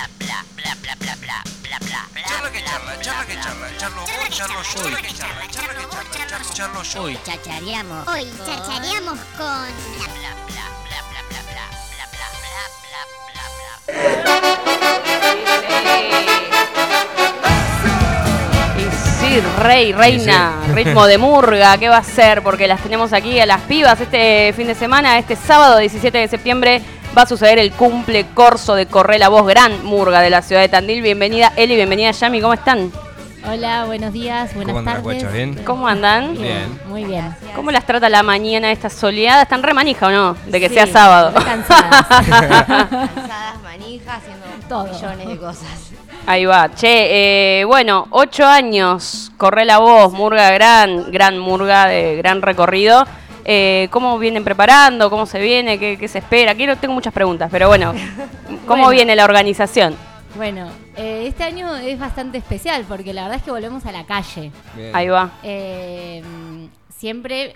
Charla que charla, charla que charla, charlo vos, charlo yo, charla que charla, charla que charla, charlo yo. Hoy chachareamos. Hoy chachareamos con Sí, reina, ritmo de murga, ¿qué va a ser? Porque las tenemos aquí a las pibas este fin de semana, este sábado 17 de septiembre va a suceder el cumple corso de Corre la Voz, gran murga de la ciudad de Tandil. Bienvenida Eli, bienvenida Yami, ¿cómo están? Hola, buenos días, buenas tardes. Guacha, ¿bien? ¿Cómo andan? Bien. Muy bien. ¿Cómo las trata la mañana esta soleada? ¿Están re manija o no? De que Sí, sea sábado. re cansadas. Cansadas, manijas, haciendo Todo. millones de cosas. Ahí va. Che, bueno, 8 años, Corre la Voz, murga gran murga de gran recorrido. ¿Cómo vienen preparando? ¿Cómo se viene? ¿Qué se espera? Tengo muchas preguntas, pero bueno, ¿cómo viene la organización? Bueno, este año es bastante especial porque la verdad es que volvemos a la calle. Bien. Ahí va. Siempre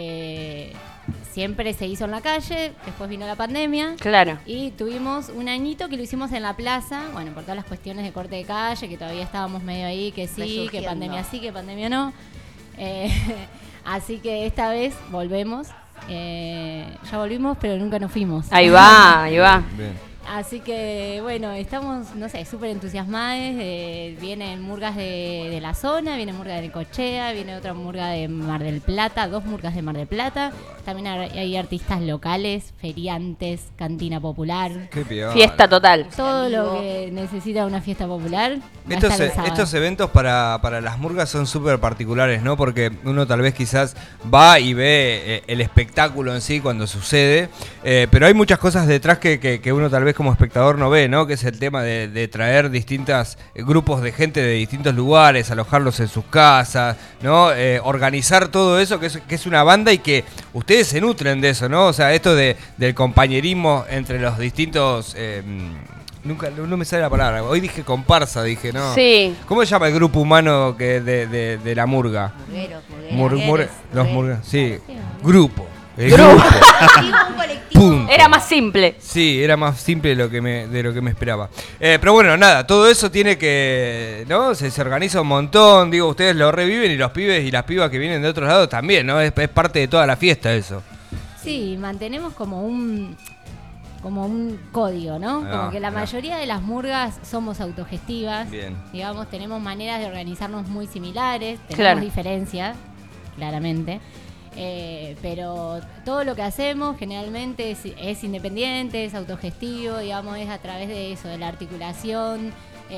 se hizo en la calle, después vino la pandemia. Claro. Y tuvimos un añito que lo hicimos en la plaza, bueno, por todas las cuestiones de corte de calle, que todavía estábamos medio ahí, que sí, Resurgiendo. que pandemia sí, que pandemia no. Así que esta vez volvemos. Ya volvimos, pero nunca nos fuimos. Ahí va. Bien. Así que, bueno, estamos, no sé, súper entusiasmados. Vienen murgas de la zona, viene murga de Necochea, viene otra murga de Mar del Plata, 2 murgas de Mar del Plata. También hay artistas locales, feriantes, cantina popular. Qué piola. Fiesta total. Todo lo que necesita una fiesta popular. va a Estos, estar el sábado. estos eventos para las murgas son súper particulares, ¿no? Porque uno tal vez quizás va y ve el espectáculo en sí cuando sucede, pero hay muchas cosas detrás que uno tal vez como espectador no ve, ¿no? Que es el tema de traer distintos grupos de gente de distintos lugares, alojarlos en sus casas, ¿no? Organizar todo eso, que es una banda y que ustedes se nutren de eso, ¿no? O sea, esto del compañerismo entre los distintos... no me sale la palabra. Hoy dije comparsa, ¿no? Sí. ¿Cómo se llama el grupo humano de la murga? Murgueros, Los murgas, sí. Sí. Grupo. El Grupo. Un colectivo. Punto. Era más simple. Sí, era más simple de lo que me esperaba. Pero bueno, nada, todo eso tiene que, ¿no? Se organiza un montón, digo, ustedes lo reviven y los pibes y las pibas que vienen de otros lados también, ¿no? Es parte de toda la fiesta eso. Sí, mantenemos como un código, ¿no? Como que la mayoría de las murgas somos autogestivas. Bien. Digamos, tenemos maneras de organizarnos muy similares, tenemos Claro. diferencias, claramente. Pero todo lo que hacemos generalmente es independiente, es autogestivo, digamos, es a través de eso, de la articulación,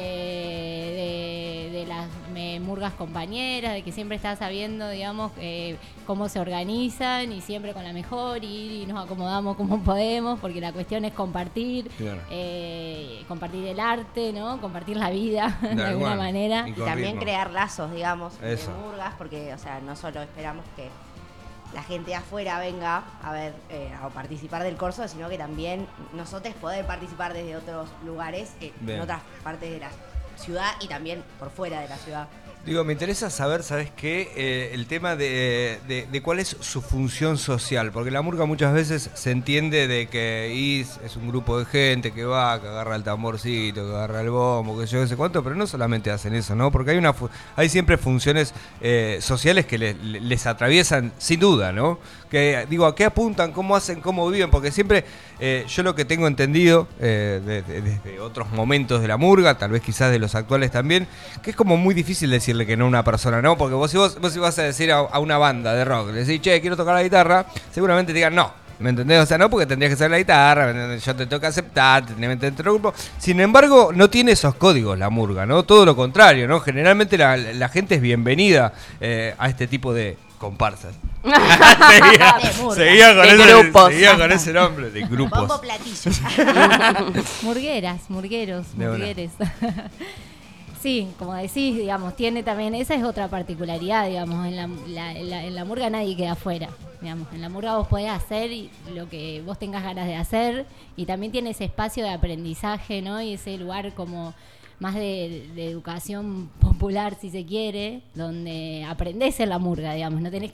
de las murgas compañeras, de que siempre estás sabiendo, digamos, cómo se organizan y siempre con la mejor y nos acomodamos como podemos, porque la cuestión es compartir, Claro. compartir el arte, ¿no? Compartir la vida de alguna igual. manera. Y Y con también ritmo. crear lazos, digamos, Eso. de murgas, porque, o sea, no solo esperamos que la gente de afuera venga a ver, a participar del corso, sino que también nosotros poder participar desde otros lugares, Bien. en otras partes de la ciudad y también por fuera de la ciudad. Digo, me interesa saber, ¿sabes qué? El tema de cuál es su función social, porque la murga muchas veces se entiende de que es un grupo de gente que va, que agarra el tamborcito, que agarra el bombo, que yo no sé cuánto, pero no solamente hacen eso, ¿no? Porque hay siempre funciones sociales que les atraviesan sin duda, ¿no? Que digo, ¿a qué apuntan? ¿Cómo hacen? ¿Cómo viven? Porque siempre yo lo que tengo entendido desde otros momentos de la murga, tal vez quizás de los actuales también, que es como muy difícil decirle que no a una persona, ¿no? Porque vos si vas a decir a una banda de rock, le decís, che, quiero tocar la guitarra, seguramente te digan no. ¿Me entendés? O sea, no, porque tendrías que saber la guitarra, ¿me entendés? Yo te toca aceptar, te tenés que meter dentro del grupo. Sin embargo, no tiene esos códigos la murga, ¿no? Todo lo contrario, ¿no? Generalmente la gente es bienvenida a este tipo de comparsas. seguía De grupos. con ese nombre, de grupos. Bombo platillo. Murgueras, murgueros, De una. murgueres. Sí, como decís, digamos, tiene también, esa es otra particularidad, digamos, en la murga nadie queda afuera, digamos, en la murga vos podés hacer lo que vos tengas ganas de hacer y también tiene ese espacio de aprendizaje, ¿no? Y ese lugar como más de educación popular, si se quiere, donde aprendés en la murga, digamos, no tenés que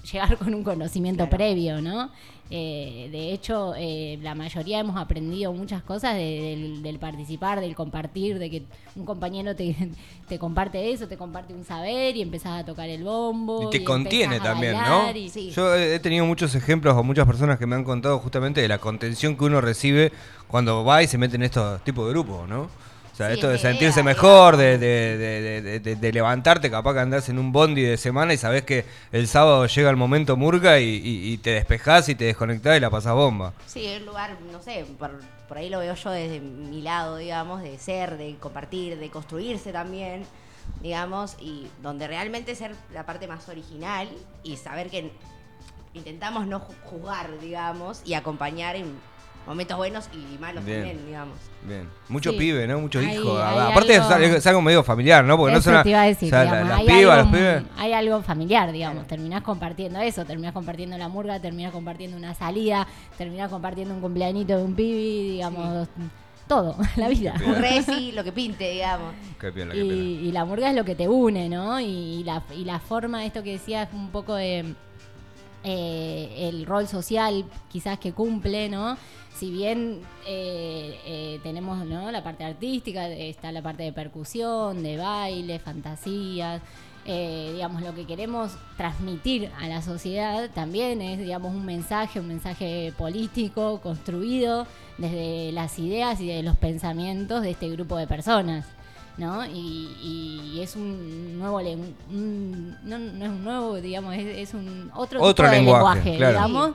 llegar con un conocimiento Claro. previo, ¿no? De hecho, la mayoría hemos aprendido muchas cosas del participar, del compartir, de que un compañero te comparte eso, te comparte un saber y empezás a tocar el bombo. Y te contiene empezás a también, bailar ¿no? y- Sí. Yo he tenido muchos ejemplos o muchas personas que me han contado justamente de la contención que uno recibe cuando va y se mete en estos tipos de grupos, ¿no? O sea, Sí, esto de es sentirse idea, mejor, digamos. de levantarte, capaz que andás en un bondi de semana y sabés que el sábado llega el momento murga y te despejás y te desconectás y la pasás bomba. Sí, es un lugar, no sé, por ahí lo veo yo desde mi lado, digamos, de ser, de compartir, de construirse también, digamos, y donde realmente ser la parte más original y saber que intentamos no juzgar, digamos, y acompañar en momentos buenos y malos Bien. también, digamos. Bien. Mucho Sí. pibe, ¿no? Muchos Hay- hijos. hay Aparte algo- es algo medio familiar, ¿no? Porque no Eso son te iba a decir, o sea, digamos, las hay pibas, algo, los pibes. hay algo familiar, digamos, terminás compartiendo eso, terminás compartiendo la murga, terminás compartiendo una salida, terminás compartiendo un cumpleañito de un pibi, digamos, todo, la vida. Bien. Un reci, lo que pinte, digamos. Qué piola, qué piola. Y la murga es lo que te une, ¿no? Y la forma, esto que decías, un poco de el rol social quizás que cumple, ¿no? Si bien tenemos, ¿no?, la parte artística, está la parte de percusión, de baile, fantasías, digamos, lo que queremos transmitir a la sociedad también es, digamos, un mensaje político construido desde las ideas y de los pensamientos de este grupo de personas, ¿no? Y es un nuevo no es un nuevo, digamos, es un otro tipo de lenguaje, claro. digamos,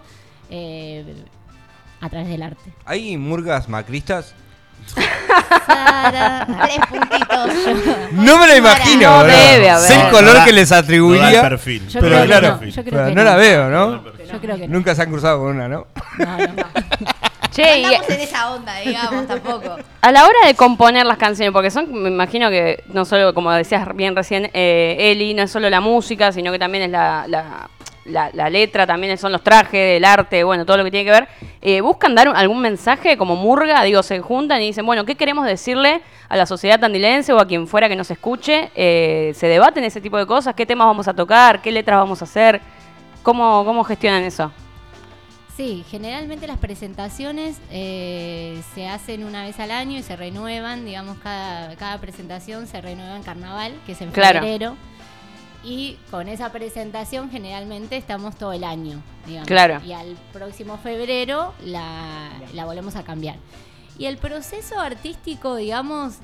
a través del arte. ¿Hay murgas macristas? Sara, 3 puntitos. No me lo imagino, No boludo. debe haber. Sé el color No que da- les No da el atribuiría. perfil. Yo Pero creo que claro, no, yo creo pero que no la veo, ¿no? Yo creo que no. Nunca se han cruzado con una, ¿no? No. Che, y No andamos en esa onda, digamos, tampoco. a la hora de componer las canciones, porque son, me imagino que no solo, como decías bien recién, Eli, no es solo la música, sino que también es la letra, también son los trajes, el arte, bueno, todo lo que tiene que ver. ¿Buscan dar algún mensaje como murga? Digo, se juntan y dicen, bueno, ¿qué queremos decirle a la sociedad tandilense o a quien fuera que nos escuche? ¿Se debaten ese tipo de cosas? ¿Qué temas vamos a tocar? ¿Qué letras vamos a hacer? ¿Cómo gestionan eso? Sí, generalmente las presentaciones se hacen una vez al año y se renuevan, digamos, cada presentación se renueva en carnaval, que es en Claro. febrero. Y con esa presentación generalmente estamos todo el año, digamos. Claro. Y al próximo febrero la volvemos a cambiar. Y el proceso artístico, digamos,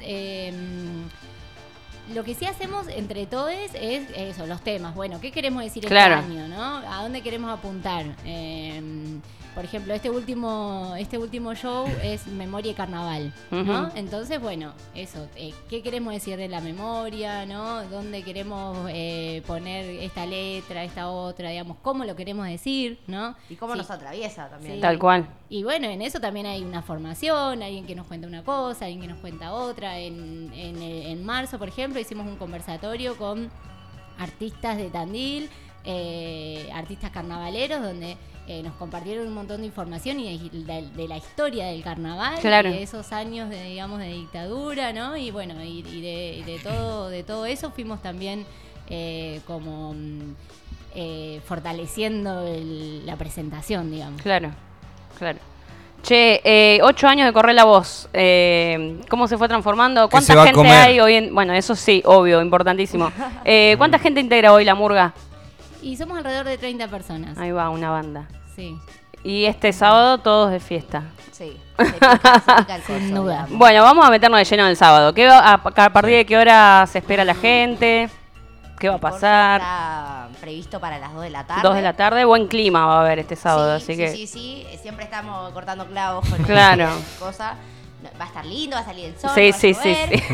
lo que sí hacemos entre todos es eso, los temas. Bueno, ¿qué queremos decir Claro. este año, no? ¿A dónde queremos apuntar? Por ejemplo, este último show es Memoria y Carnaval, ¿no? Ujú. Entonces, bueno, eso, ¿qué queremos decir de la memoria, no? ¿Dónde queremos poner esta letra, esta otra, digamos? ¿Cómo lo queremos decir, no? Y cómo Sí. nos atraviesa también. Sí. Tal cual. Y bueno, en eso también hay una formación, alguien que nos cuenta una cosa, alguien que nos cuenta otra. En marzo, por ejemplo, hicimos un conversatorio con artistas de Tandil, artistas carnavaleros, donde nos compartieron un montón de información y de la historia del carnaval, Claro. y de esos años de, digamos, de dictadura, ¿no? Y bueno, y de todo eso fuimos también como fortaleciendo la presentación, digamos. Claro. Che, 8 años de Correr la Voz. ¿Cómo se fue transformando? ¿Qué se ¿Cuánta va a gente comer? hay hoy en...? Bueno, eso sí, obvio, importantísimo. ¿Cuánta gente integra hoy la murga? Y somos alrededor de 30 personas. Ahí va, una banda. Sí. Y este sábado todos de fiesta. Sí. Se pica el Sin coso, duda. digamos. Bueno, vamos a meternos de lleno el sábado. ¿A partir de qué hora se espera la gente? ¿Qué va a El corso pasar? Está previsto para las 2 de la tarde. 2 de la tarde. Buen clima va a haber este sábado, Sí, así que... sí. Siempre estamos cortando clavos con Claro. esta cosa. Va a estar lindo, va a salir el sol. Sí, va a sí, llover. sí.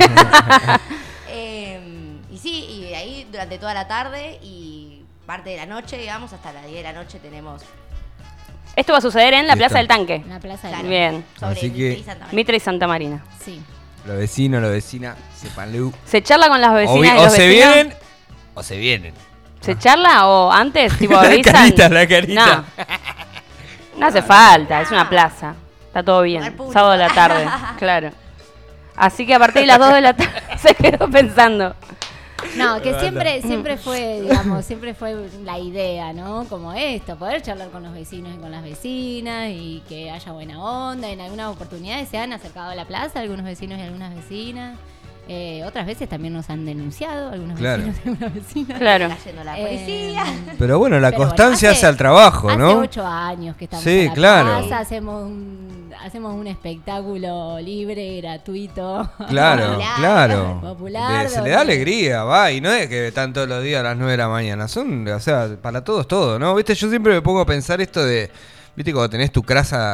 Y sí, y ahí durante toda la tarde y parte de la noche, digamos, hasta las 10 de la noche tenemos Esto va a suceder en la Listo. Plaza del Tanque. En la plaza de claro, Bien. sobre Así Mitre que- y Santa María. Mitre y Santa Marina. Sí. Los vecinos, la vecina, sepanle. ¿Se charla con las vecinas y O los se vecinos? vienen o se vienen. ¿Se charla o antes, tipo, La avisan? carita, la carita. No. No hace falta, es una plaza. Está todo bien. Lugar público. Sábado a la tarde, claro. Así que a partir de las 2 de la tarde se quedó pensando. No, que siempre fue, digamos, siempre fue la idea, ¿no? Como esto, poder charlar con los vecinos y con las vecinas y que haya buena onda. En algunas oportunidades se han acercado a la plaza algunos vecinos y algunas vecinas. Otras veces también nos han denunciado algunos vecinos y algunas vecinas. Claro. Está yendo la policía. Pero bueno, la Pero constancia bueno, hace al trabajo, ¿no? Hace 8 años que estamos Sí, en la claro. plaza, hacemos un espectáculo libre, gratuito. Claro, Popular. claro. Popular, Se le da alegría, va, y no es que están todos los días a las 9 de la mañana, son, o sea, para todos todo, ¿no? Viste, yo siempre me pongo a pensar esto de, viste, cuando tenés tu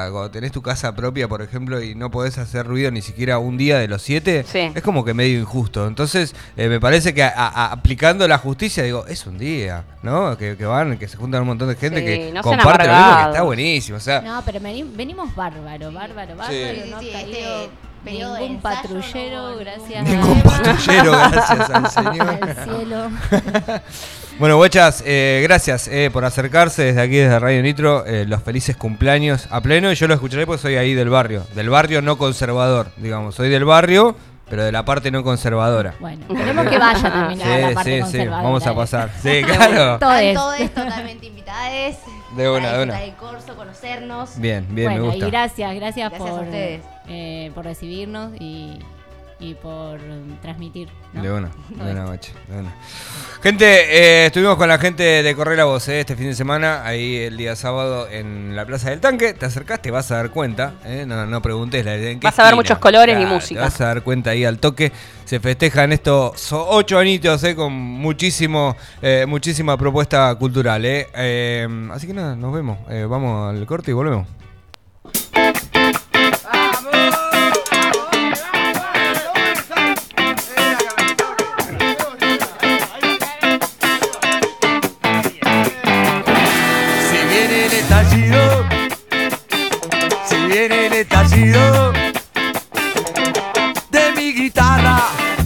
casa propia, por ejemplo, y no podés hacer ruido ni siquiera un día de los 7, Sí. es como que medio injusto. Entonces, me parece que aplicando la justicia, digo, es un día, ¿no? Que se juntan un montón de gente Sí, que no sean comparte lo mismo, que amargados. está buenísimo, o sea. No, pero venimos bárbaro, Sí. no ha Sí, caído periodo de ningún ensayo, patrullero, no hubo gracias Ningún patrullero, gracias al Señor. al cielo. Bueno, guachas, gracias por acercarse desde aquí, desde Radio Nitro. Los felices cumpleaños a pleno. Y yo lo escucharé porque soy ahí del barrio no conservador, digamos. Soy del barrio, pero de la parte no conservadora. Bueno, queremos que vaya también a la parte sí, conservadora. vamos a pasar. Sí, claro. Todes. Todos totalmente invitadas. De una, para de una. disfrutar del corso, conocernos. Bien, me Bueno, gusta. y gracias Gracias a ustedes. por recibirnos y por transmitir, ¿no? De una, Todo de una, esto. macho, de una. Gente, estuvimos con la gente de Corre la Voz este fin de semana, ahí el día sábado en la Plaza del Tanque. Te acercaste, vas a dar cuenta, no preguntes. ¿En qué Vas a ver esquina? muchos colores y Claro, música. Te vas a dar cuenta ahí al toque. Se festejan estos 8 añitos, con muchísima propuesta cultural. Así que nada, nos vemos. Vamos al corte y volvemos. Si viene el estallido de mi guitarra,